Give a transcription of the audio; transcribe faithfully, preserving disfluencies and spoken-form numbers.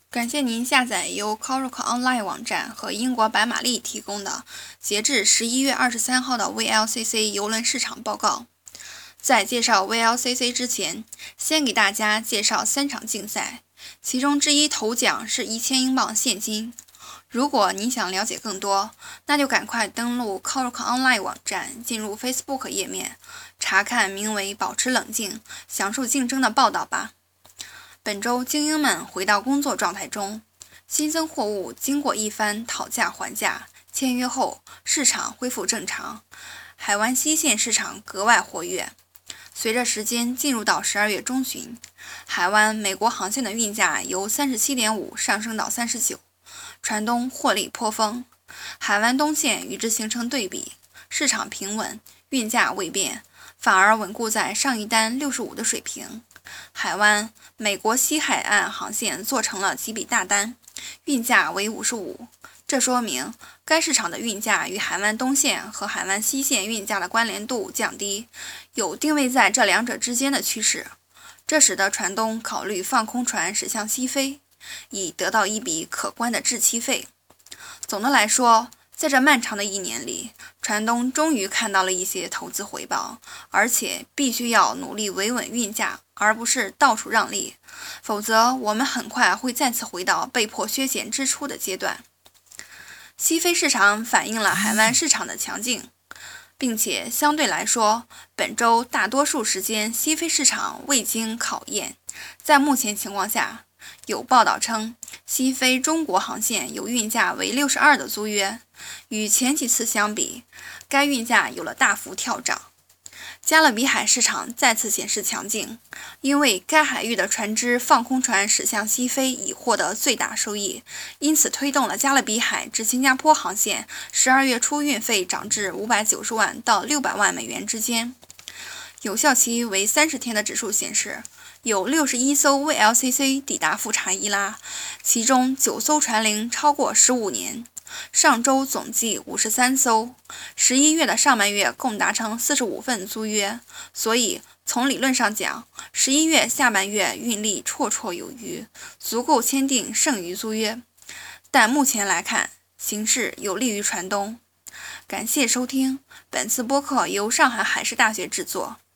感谢您下载由 Coracle Online 网站和英国白马力提供的截至十一月二十三号的 V L C C 邮轮市场报告。在介绍 V L C C 之前，先给大家介绍三场竞赛，其中之一头奖是一千英镑现金。如果您想了解更多，那就赶快登录 Coracle Online 网站，进入 Facebook 页面，查看名为“保持冷静，享受竞争”的报道吧。本周精英们回到工作状态中，新增货物经过一番讨价还价，签约后市场恢复正常，海湾西线市场格外活跃。随着时间进入到十二月中旬，海湾美国航线的运价由 三十七点五 上升到三十九，船东获利颇丰。海湾东线与之形成对比，市场平稳，运价未变，反而稳固在上一单六十五的水平。海湾美国西海岸航线做成了几笔大单，运价为五十五，这说明该市场的运价与海湾东线和海湾西线运价的关联度降低，有定位在这两者之间的趋势。这使得船东考虑放空船驶向西非，以得到一笔可观的滞期费。总的来说，在这漫长的一年里，船东终于看到了一些投资回报，而且必须要努力维稳运价，而不是到处让利，否则我们很快会再次回到被迫削减支出的阶段。西非市场反映了海湾市场的强劲，并且相对来说，本周大多数时间西非市场未经考验。在目前情况下，有报道称西非中国航线有运价为六十二的租约，与前几次相比，该运价有了大幅跳涨。加勒比海市场再次显示强劲，因为该海域的船只放空船驶向西非已获得最大收益，因此推动了加勒比海至新加坡航线十二月初运费涨至五百九十万到六百万美元之间。有效期为三十天的指数显示，有六十一艘 V L C C 抵达富查伊拉，其中九艘船龄超过十五年。上周总计五十三艘，十一月的上半月共达成四十五份租约，所以从理论上讲，十一月下半月运力绰绰有余，足够签订剩余租约。但目前来看，形势有利于船东。感谢收听，本次播客由上海海事大学制作。